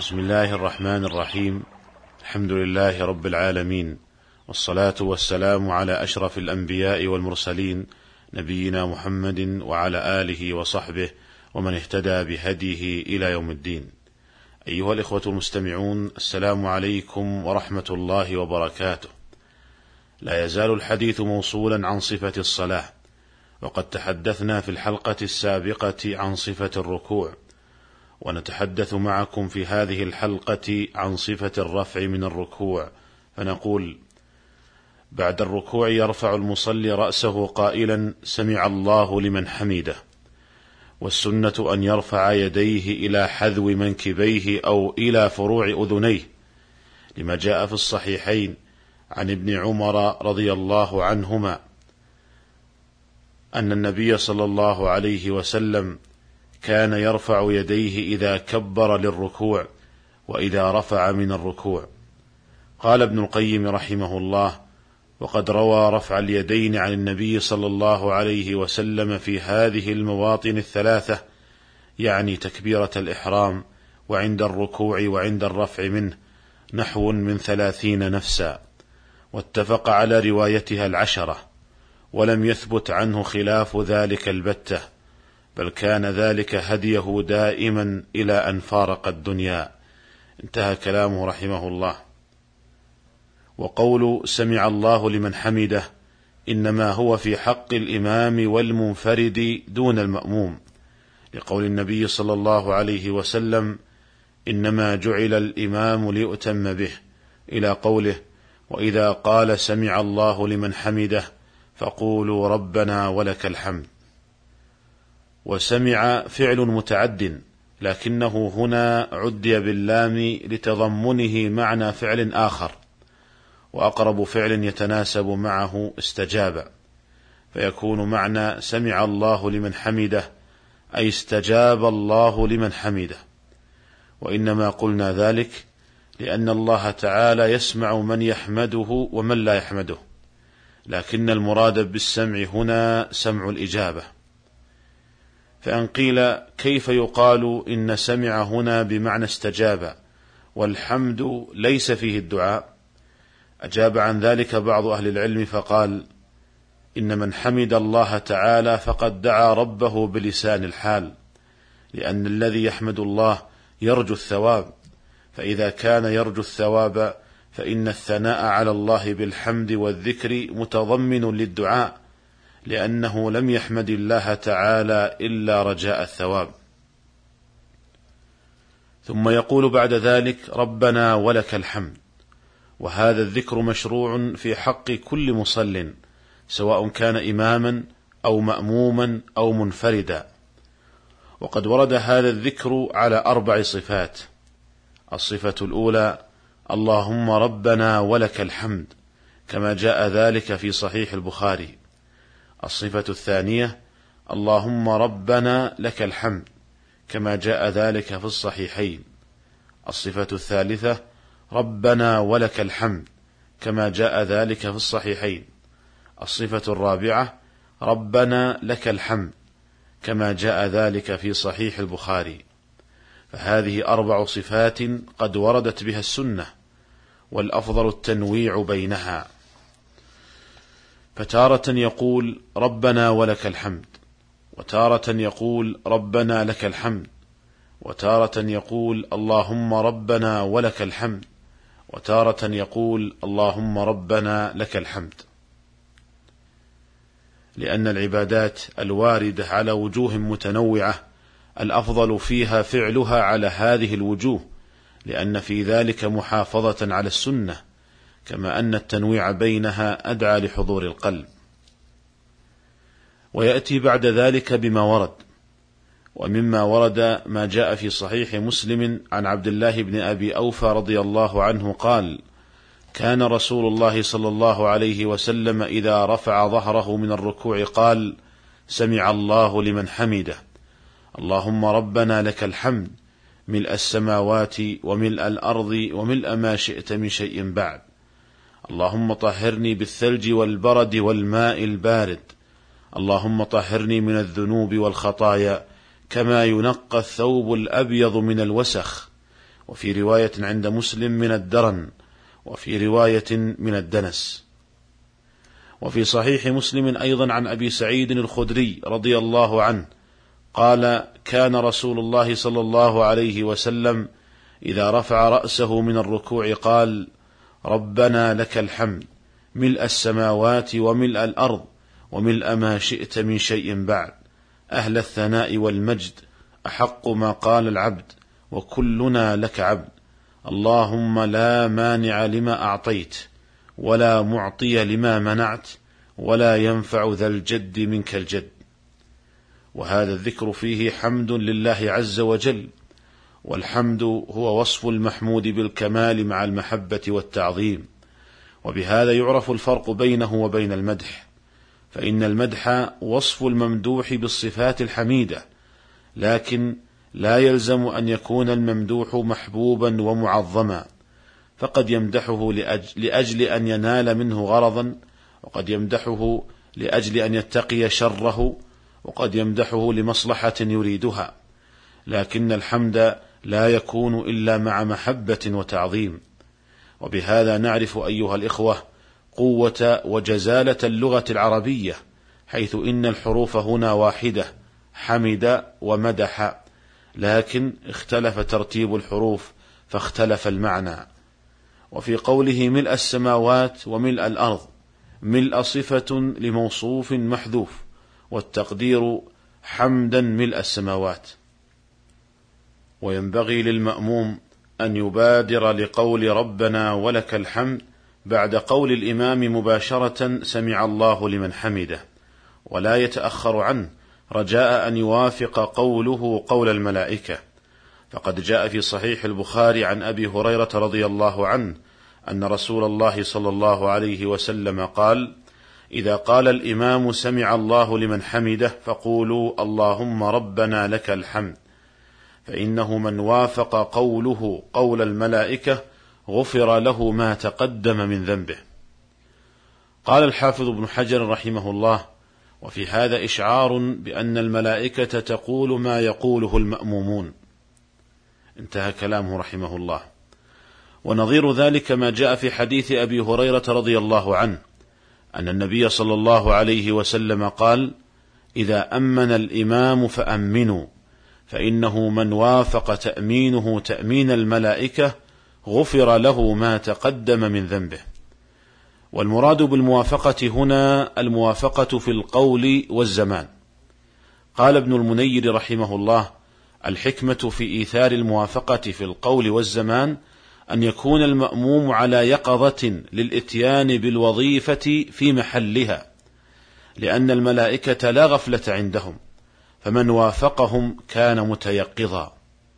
بسم الله الرحمن الرحيم. الحمد لله رب العالمين، والصلاة والسلام على أشرف الأنبياء والمرسلين، نبينا محمد وعلى آله وصحبه ومن اهتدى بهديه إلى يوم الدين. أيها الإخوة المستمعون، السلام عليكم ورحمة الله وبركاته. لا يزال الحديث موصولا عن صفة الصلاة، وقد تحدثنا في الحلقة السابقة عن صفة الركوع، ونتحدث معكم في هذه الحلقة عن صفة الرفع من الركوع، فنقول: بعد الركوع يرفع المصلي رأسه قائلا: سمع الله لمن حمده. والسنة أن يرفع يديه إلى حذو منكبيه أو إلى فروع أذنيه، لما جاء في الصحيحين عن ابن عمر رضي الله عنهما أن النبي صلى الله عليه وسلم كان يرفع يديه إذا كبر للركوع وإذا رفع من الركوع. قال ابن القيم رحمه الله: وقد روى رفع اليدين عن النبي صلى الله عليه وسلم في هذه المواطن الثلاثة، يعني تكبيرة الإحرام وعند الركوع وعند الرفع منه، نحو من 30 نفسا، واتفق على روايتها 10، ولم يثبت عنه خلاف ذلك البتة، بل كان ذلك هديه دائما إلى أن فارق الدنيا. انتهى كلامه رحمه الله. وقول سمع الله لمن حمده إنما هو في حق الإمام والمنفرد دون المأموم، لقول النبي صلى الله عليه وسلم: إنما جعل الإمام ليؤتم به، إلى قوله: وإذا قال سمع الله لمن حمده فقولوا ربنا ولك الحمد. وسمع فعل متعد، لكنه هنا عدي باللام لتضمنه معنى فعل آخر، وأقرب فعل يتناسب معه استجاب، فيكون معنى سمع الله لمن حمده أي استجاب الله لمن حمده. وإنما قلنا ذلك لأن الله تعالى يسمع من يحمده ومن لا يحمده، لكن المراد بالسمع هنا سمع الإجابة. فإن قيل: كيف يقال إن سمع هنا بمعنى استجاب والحمد ليس فيه الدعاء؟ أجاب عن ذلك بعض أهل العلم فقال: إن من حمد الله تعالى فقد دعا ربه بلسان الحال، لأن الذي يحمد الله يرجو الثواب، فإذا كان يرجو الثواب فإن الثناء على الله بالحمد والذكر متضمن للدعاء، لأنه لم يحمد الله تعالى إلا رجاء الثواب. ثم يقول بعد ذلك: ربنا ولك الحمد. وهذا الذكر مشروع في حق كل مصل، سواء كان إماما أو مأموما أو منفردا. وقد ورد هذا الذكر على 4 صفات. الصفة الأولى: اللهم ربنا ولك الحمد، كما جاء ذلك في صحيح البخاري. الصفة الثانية: اللهم ربنا لك الحمد، كما جاء ذلك في الصحيحين. الصفة الثالثة: ربنا ولك الحمد، كما جاء ذلك في الصحيحين. الصفة الرابعة: ربنا لك الحمد، كما جاء ذلك في صحيح البخاري. فهذه 4 صفات قد وردت بها السنة، والأفضل التنويع بينها، فتارة يقول ربنا ولك الحمد، وتارة يقول ربنا لك الحمد، وتارة يقول اللهم ربنا ولك الحمد، وتارة يقول اللهم ربنا لك الحمد. لأن العبادات الواردة على وجوه متنوعة الأفضل فيها فعلها على هذه الوجوه، لأن في ذلك محافظة على السنة، كما أن التنويع بينها أدعى لحضور القلب. ويأتي بعد ذلك بما ورد. ومما ورد ما جاء في صحيح مسلم عن عبد الله بن أبي أوفى رضي الله عنه قال: كان رسول الله صلى الله عليه وسلم إذا رفع ظهره من الركوع قال: سمع الله لمن حمده، اللهم ربنا لك الحمد ملء السماوات وملء الأرض وملء ما شئت من شيء بعد، اللهم طهرني بالثلج والبرد والماء البارد، اللهم طهرني من الذنوب والخطايا كما ينقى الثوب الأبيض من الوسخ، وفي رواية عند مسلم من الدرن، وفي رواية من الدنس. وفي صحيح مسلم أيضا عن أبي سعيد الخدري رضي الله عنه قال: كان رسول الله صلى الله عليه وسلم إذا رفع رأسه من الركوع قال: ربنا لك الحمد ملء السماوات وملء الأرض وملء ما شئت من شيء بعد، أهل الثناء والمجد، أحق ما قال العبد، وكلنا لك عبد، اللهم لا مانع لما أعطيت ولا معطي لما منعت ولا ينفع ذا الجد منك الجد. وهذا الذكر فيه حمد لله عز وجل، والحمد هو وصف المحمود بالكمال مع المحبة والتعظيم، وبهذا يعرف الفرق بينه وبين المدح، فإن المدح وصف الممدوح بالصفات الحميدة، لكن لا يلزم أن يكون الممدوح محبوبا ومعظما، فقد يمدحه لأجل أن ينال منه غرضا، وقد يمدحه لأجل أن يتقي شره، وقد يمدحه لمصلحة يريدها، لكن الحمد لا يكون إلا مع محبة وتعظيم. وبهذا نعرف أيها الإخوة قوة وجزالة اللغة العربية، حيث إن الحروف هنا واحدة، حمد ومدح، لكن اختلف ترتيب الحروف فاختلف المعنى. وفي قوله ملء السماوات وملء الأرض، ملء صفة لموصوف محذوف، والتقدير حمدا ملء السماوات. وينبغي للمأموم أن يبادر لقول ربنا ولك الحمد بعد قول الإمام مباشرة سمع الله لمن حمده، ولا يتأخر عنه رجاء أن يوافق قوله قول الملائكة. فقد جاء في صحيح البخاري عن أبي هريرة رضي الله عنه أن رسول الله صلى الله عليه وسلم قال: إذا قال الإمام سمع الله لمن حمده فقولوا اللهم ربنا لك الحمد، فإنه من وافق قوله قول الملائكة غفر له ما تقدم من ذنبه. قال الحافظ ابن حجر رحمه الله: وفي هذا إشعار بأن الملائكة تقول ما يقوله المأمومون. انتهى كلامه رحمه الله. ونظير ذلك ما جاء في حديث أبي هريرة رضي الله عنه أن النبي صلى الله عليه وسلم قال: إذا أمن الإمام فأمنوا، فإنه من وافق تأمينه تأمين الملائكة غفر له ما تقدم من ذنبه. والمراد بالموافقة هنا الموافقة في القول والزمان. قال ابن المنير رحمه الله: الحكمة في إيثار الموافقة في القول والزمان أن يكون المأموم على يقظة للإتيان بالوظيفة في محلها، لأن الملائكة لا غفلة عندهم، فمن وافقهم كان متيقظا.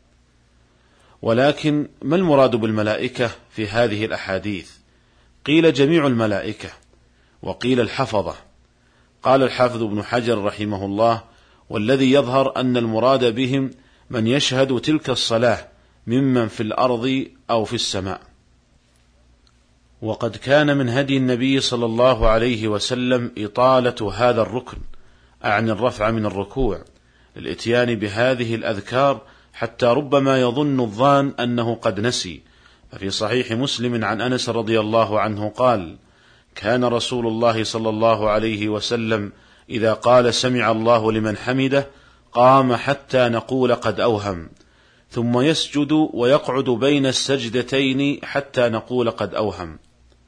ولكن ما المراد بالملائكة في هذه الأحاديث؟ قيل جميع الملائكة، وقيل الحفظة. قال الحافظ ابن حجر رحمه الله: والذي يظهر أن المراد بهم من يشهد تلك الصلاة ممن في الأرض أو في السماء. وقد كان من هدي النبي صلى الله عليه وسلم إطالة هذا الركن، أعني الرفع من الركوع، للإتيان بهذه الأذكار، حتى ربما يظن الظان أنه قد نسي. ففي صحيح مسلم عن أنس رضي الله عنه قال: كان رسول الله صلى الله عليه وسلم إذا قال سمع الله لمن حمده قام حتى نقول قد أوهم، ثم يسجد ويقعد بين السجدتين حتى نقول قد أوهم.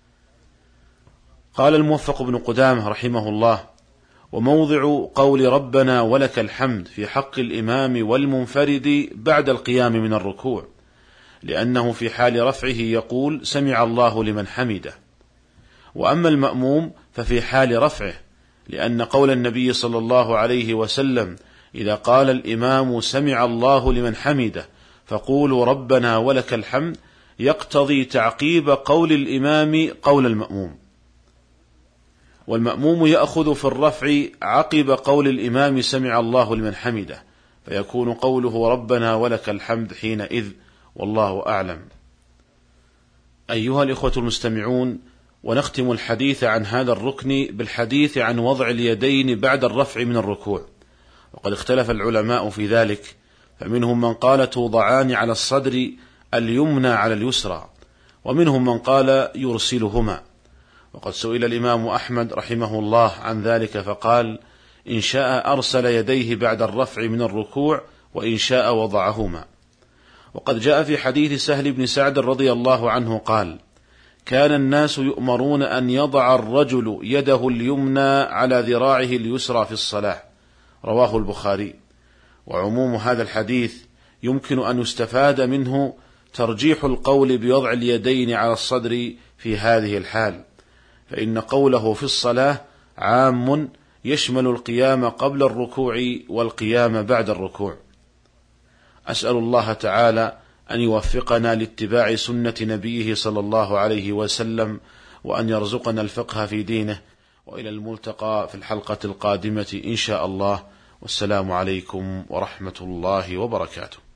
قال الموفق بن قدامة رحمه الله: وموضع قول ربنا ولك الحمد في حق الإمام والمنفرد بعد القيام من الركوع، لأنه في حال رفعه يقول سمع الله لمن حمده. وأما المأموم ففي حال رفعه، لأن قول النبي صلى الله عليه وسلم إذا قال الإمام سمع الله لمن حمده فقولوا ربنا ولك الحمد يقتضي تعقيب قول الإمام قول المأموم، والمأموم يأخذ في الرفع عقب قول الإمام سمع الله لمن حمده، فيكون قوله ربنا ولك الحمد حينئذ، والله أعلم. أيها الإخوة المستمعون، ونختم الحديث عن هذا الركن بالحديث عن وضع اليدين بعد الرفع من الركوع، وقد اختلف العلماء في ذلك، فمنهم من قال توضعان على الصدر اليمنى على اليسرى، ومنهم من قال يرسلهما. وقد سئل الإمام أحمد رحمه الله عن ذلك فقال: إن شاء أرسل يديه بعد الرفع من الركوع، وإن شاء وضعهما. وقد جاء في حديث سهل بن سعد رضي الله عنه قال: كان الناس يؤمرون أن يضع الرجل يده اليمنى على ذراعه اليسرى في الصلاة، رواه البخاري. وعموم هذا الحديث يمكن أن يستفاد منه ترجيح القول بوضع اليدين على الصدر في هذه الحال، فإن قوله في الصلاة عام يشمل القيام قبل الركوع والقيام بعد الركوع. أسأل الله تعالى أن يوفقنا لاتباع سنة نبيه صلى الله عليه وسلم، وأن يرزقنا الفقه في دينه. وإلى الملتقى في الحلقة القادمة إن شاء الله، والسلام عليكم ورحمة الله وبركاته.